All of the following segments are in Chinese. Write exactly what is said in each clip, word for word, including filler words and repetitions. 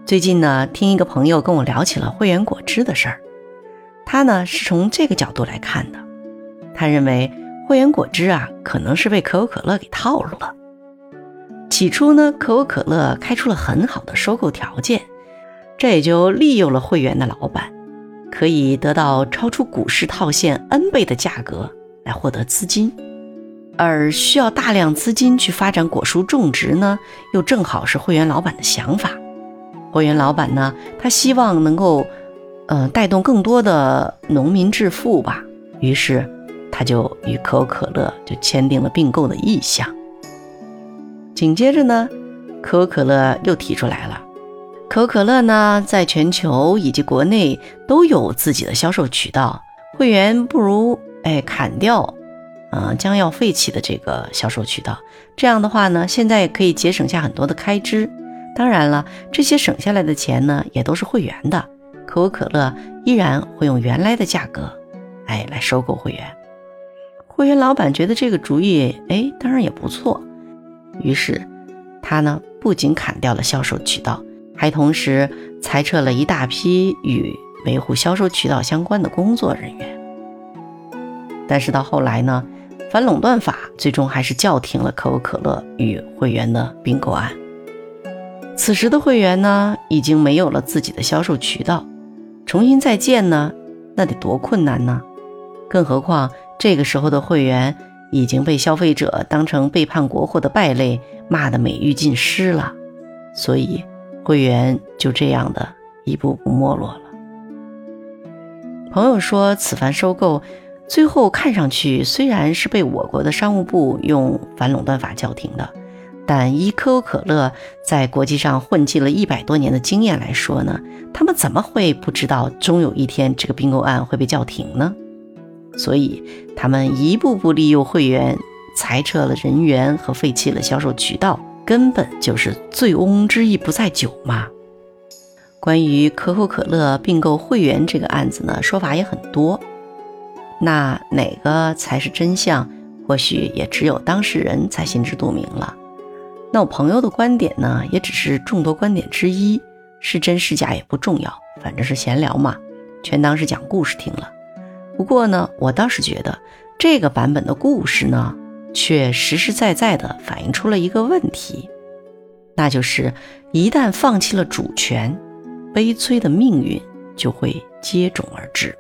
最近呢，听一个朋友跟我聊起了汇源果汁的事儿，他呢是从这个角度来看的。他认为汇源果汁啊，可能是被可口可乐给套路了。起初呢，可口可乐开出了很好的收购条件，这也就利诱了汇源的老板，可以得到超出股市套现 N 倍的价格来获得资金。而需要大量资金去发展果蔬种植呢，又正好是汇源老板的想法。汇源老板呢，他希望能够呃带动更多的农民致富吧，于是他就与可口可乐就签订了并购的意向。紧接着呢，可口可乐又提出来了，可口可乐呢在全球以及国内都有自己的销售渠道，汇源不如哎砍掉呃将要废弃的这个销售渠道，这样的话呢，现在也可以节省下很多的开支。当然了，这些省下来的钱呢，也都是汇源的，可口可乐依然会用原来的价格哎来收购汇源。汇源老板觉得这个主意哎当然也不错，于是他呢不仅砍掉了销售渠道，还同时裁撤了一大批与维护销售渠道相关的工作人员。但是到后来呢，反垄断法最终还是叫停了可口可乐与汇源的并购案。此时的汇源呢，已经没有了自己的销售渠道，重新再建呢，那得多困难呢？更何况这个时候的汇源已经被消费者当成背叛国货的败类，骂得美誉尽失了。所以汇源就这样的一步步没落了。朋友说，此番收购最后看上去虽然是被我国的商务部用反垄断法叫停的，但依可口可乐在国际上混迹了一百多年的经验来说呢，他们怎么会不知道终有一天这个并购案会被叫停呢？所以他们一步步利诱汇源，裁撤了人员和废弃了销售渠道，根本就是醉翁之意不在酒嘛。关于可口可乐并购汇源这个案子呢，说法也很多，那哪个才是真相，或许也只有当事人才心知肚明了。那我朋友的观点呢，也只是众多观点之一，是真是假也不重要，反正是闲聊嘛，全当是讲故事听了。不过呢，我倒是觉得这个版本的故事呢，却实实在在地反映出了一个问题，那就是一旦放弃了主权，悲催的命运就会接踵而至。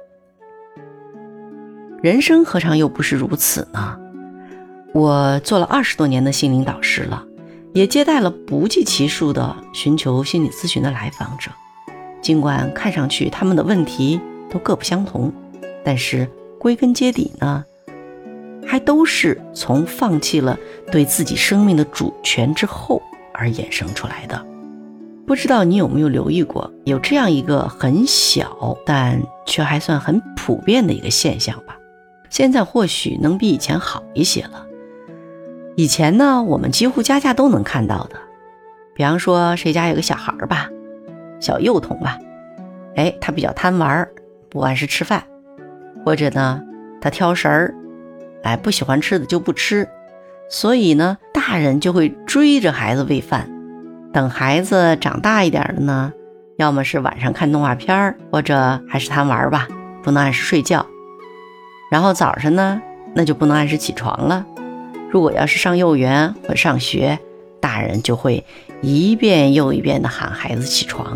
人生何尝又不是如此呢？我做了二十多年的心灵导师了，也接待了不计其数的寻求心理咨询的来访者，尽管看上去他们的问题都各不相同，但是归根结底呢，还都是从放弃了对自己生命的主权之后而衍生出来的。不知道你有没有留意过，有这样一个很小但却还算很普遍的一个现象吧，现在或许能比以前好一些了。以前呢，我们几乎家家都能看到的，比方说谁家有个小孩吧，小幼童吧，哎，他比较贪玩，不按时吃饭，或者呢他挑食儿，哎，不喜欢吃的就不吃，所以呢大人就会追着孩子喂饭。等孩子长大一点的呢，要么是晚上看动画片，或者还是贪玩吧，不能按时睡觉。然后早上呢，那就不能按时起床了。如果要是上幼儿园或上学，大人就会一遍又一遍地喊孩子起床，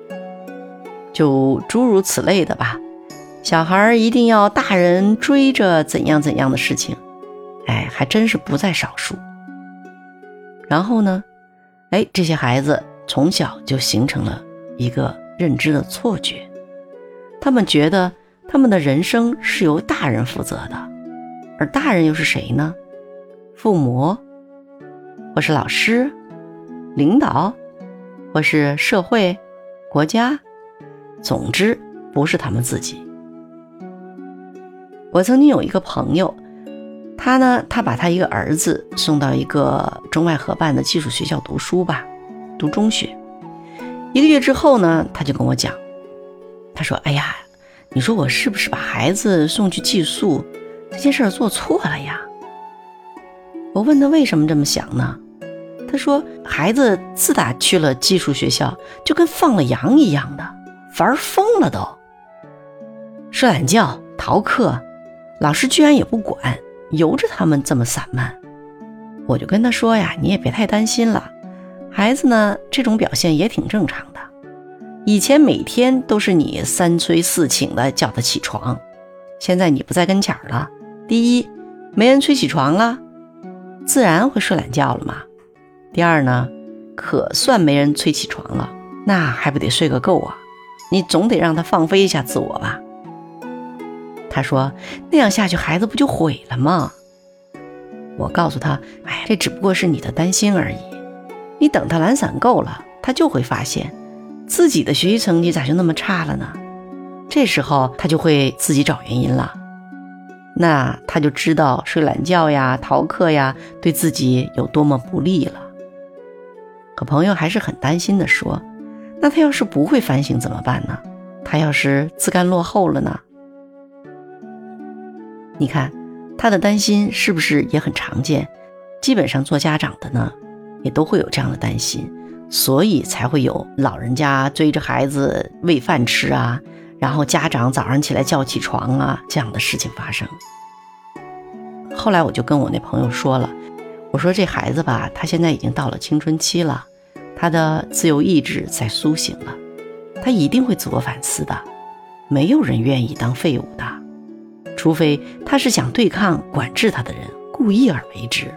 就诸如此类的吧。小孩一定要大人追着怎样怎样的事情，哎，还真是不在少数。然后呢，哎，这些孩子从小就形成了一个认知的错觉，他们觉得他们的人生是由大人负责的，而大人又是谁呢？父母，或是老师、领导，或是社会、国家，总之不是他们自己。我曾经有一个朋友，他呢，他把他一个儿子送到一个中外合办的技术学校读书吧，读中学。一个月之后呢，他就跟我讲，他说，哎呀，你说我是不是把孩子送去寄宿，这件事做错了呀？我问他为什么这么想呢？ 他说孩子自打去了寄宿学校，就跟放了羊一样的，玩疯了都。睡懒觉、逃课，老师居然也不管，由着他们这么散漫。我就跟他说呀，你也别太担心了，孩子呢这种表现也挺正常的。以前每天都是你三催四请的叫他起床，现在你不在跟前了，第一，没人催起床了，自然会睡懒觉了嘛。第二呢，可算没人催起床了，那还不得睡个够啊，你总得让他放飞一下自我吧。他说那样下去孩子不就毁了吗？我告诉他，哎，这只不过是你的担心而已，你等他懒散够了，他就会发现自己的学习成绩咋就那么差了呢？这时候他就会自己找原因了，那他就知道睡懒觉呀、逃课呀对自己有多么不利了。可朋友还是很担心地说，那他要是不会反省怎么办呢？他要是自甘落后了呢？你看他的担心是不是也很常见？基本上做家长的呢也都会有这样的担心，所以才会有老人家追着孩子喂饭吃啊，然后家长早上起来叫起床啊，这样的事情发生。后来我就跟我那朋友说了，我说这孩子吧，他现在已经到了青春期了，他的自由意志在苏醒了，他一定会自我反思的，没有人愿意当废物的，除非他是想对抗管制他的人故意而为之。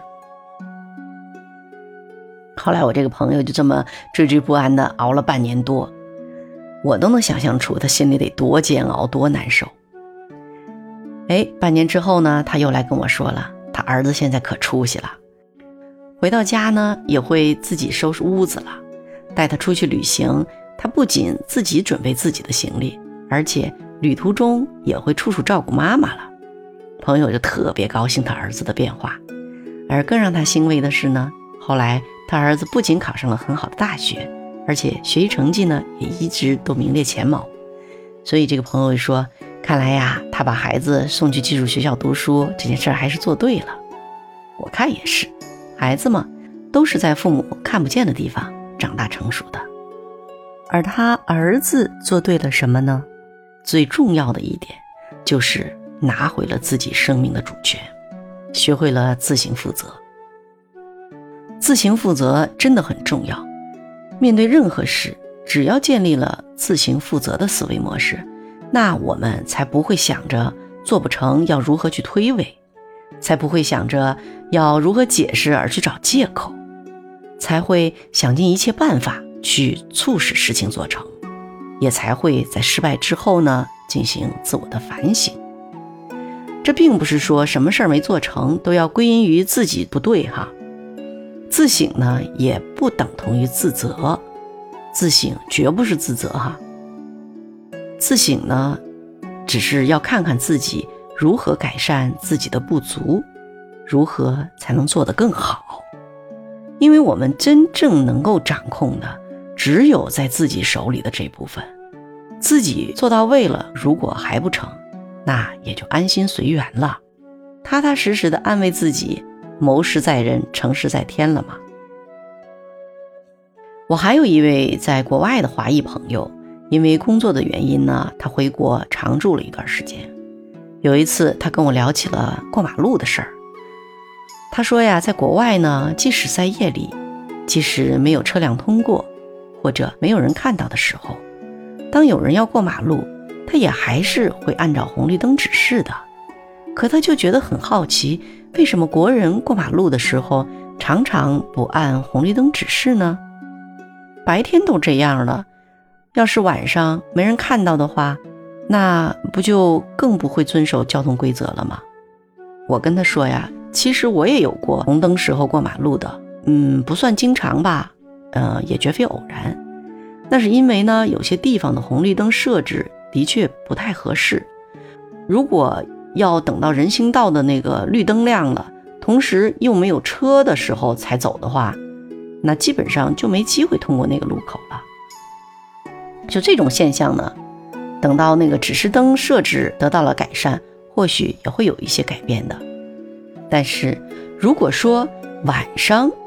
后来我这个朋友就这么惴惴不安的熬了半年多，我都能想象出他心里得多煎熬多难受。哎，半年之后呢，他又来跟我说了，他儿子现在可出息了，回到家呢也会自己收拾屋子了，带他出去旅行，他不仅自己准备自己的行李，而且旅途中也会处处照顾妈妈了。朋友就特别高兴他儿子的变化，而更让他欣慰的是呢，后来他儿子不仅考上了很好的大学，而且学习成绩呢也一直都名列前茅。所以这个朋友说，看来呀，他把孩子送去寄宿学校读书这件事还是做对了。我看也是，孩子嘛都是在父母看不见的地方长大成熟的。而他儿子做对了什么呢？最重要的一点就是拿回了自己生命的主权，学会了自行负责。自行负责真的很重要，面对任何事，只要建立了自行负责的思维模式，那我们才不会想着做不成要如何去推诿，才不会想着要如何解释而去找借口，才会想尽一切办法去促使事情做成，也才会在失败之后呢进行自我的反省。这并不是说什么事儿没做成都要归因于自己不对哈，自省呢也不等同于自责，自省绝不是自责哈。自省呢只是要看看自己如何改善自己的不足，如何才能做得更好。因为我们真正能够掌控的只有在自己手里的这部分，自己做到位了，如果还不成，那也就安心随缘了，踏踏实实的安慰自己，谋事在人，成事在天了嘛。我还有一位在国外的华裔朋友，因为工作的原因呢，他回国常住了一段时间。有一次他跟我聊起了过马路的事儿，他说呀，在国外呢，即使在夜里，即使没有车辆通过，或者没有人看到的时候，当有人要过马路，他也还是会按照红绿灯指示的。可他就觉得很好奇，为什么国人过马路的时候常常不按红绿灯指示呢？白天都这样了，要是晚上没人看到的话，那不就更不会遵守交通规则了吗？我跟他说呀，其实我也有过红灯时候过马路的，嗯，不算经常吧，呃，也绝非偶然。那是因为呢，有些地方的红绿灯设置的确不太合适。如果要等到人行道的那个绿灯亮了，同时又没有车的时候才走的话，那基本上就没机会通过那个路口了。就这种现象呢，等到那个指示灯设置得到了改善，或许也会有一些改变的。但是如果说晚上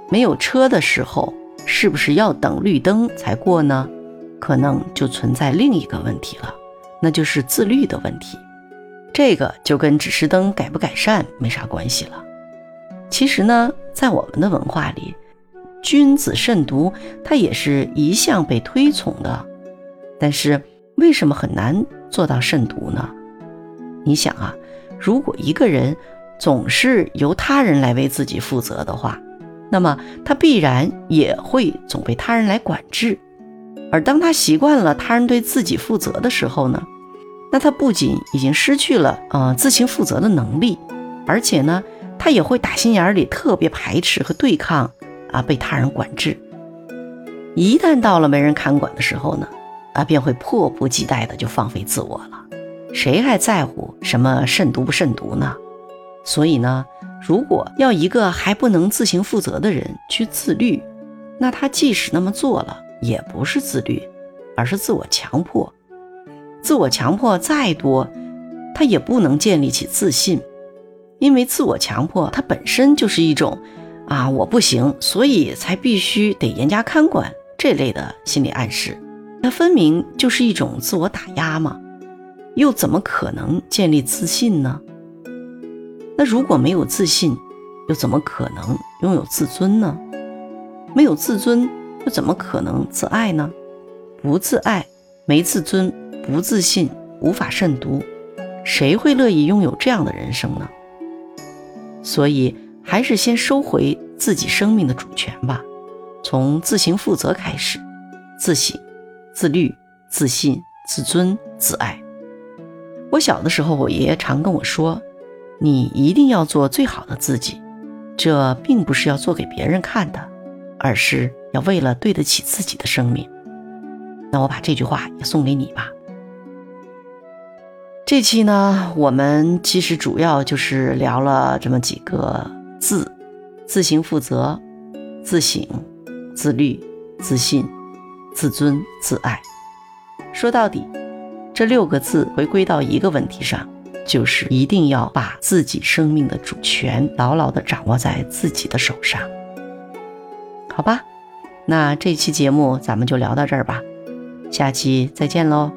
没有车的时候，是不是要等绿灯才过呢？可能就存在另一个问题了，那就是自律的问题。这个就跟指示灯改不改善没啥关系了。其实呢，在我们的文化里，君子慎独它也是一向被推崇的。但是为什么很难做到慎独呢？你想啊，如果一个人总是由他人来为自己负责的话，那么他必然也会总被他人来管制。而当他习惯了他人对自己负责的时候呢，那他不仅已经失去了呃自行负责的能力，而且呢，他也会打心眼里特别排斥和对抗啊被他人管制。一旦到了没人看管的时候呢，啊便会迫不及待的就放飞自我了。谁还在乎什么慎独不慎独呢？所以呢，如果要一个还不能自行负责的人去自律，那他即使那么做了，也不是自律，而是自我强迫。自我强迫再多，他也不能建立起自信，因为自我强迫它本身就是一种啊我不行，所以才必须得严加看管这类的心理暗示，它分明就是一种自我打压嘛，又怎么可能建立自信呢？那如果没有自信，又怎么可能拥有自尊呢？没有自尊，又怎么可能自爱呢？不自爱，没自尊，不自信，无法慎独，谁会乐意拥有这样的人生呢？所以还是先收回自己生命的主权吧，从自行负责开始，自省、自律、自信、自尊、自爱。我小的时候，我爷爷常跟我说，你一定要做最好的自己，这并不是要做给别人看的，而是要为了对得起自己的生命。那我把这句话也送给你吧。这期呢，我们其实主要就是聊了这么几个字：自行负责、自省、自律、自信、自尊、自爱。说到底，这六个字回归到一个问题上，就是一定要把自己生命的主权牢牢地掌握在自己的手上。好吧，那这期节目咱们就聊到这儿吧，下期再见喽。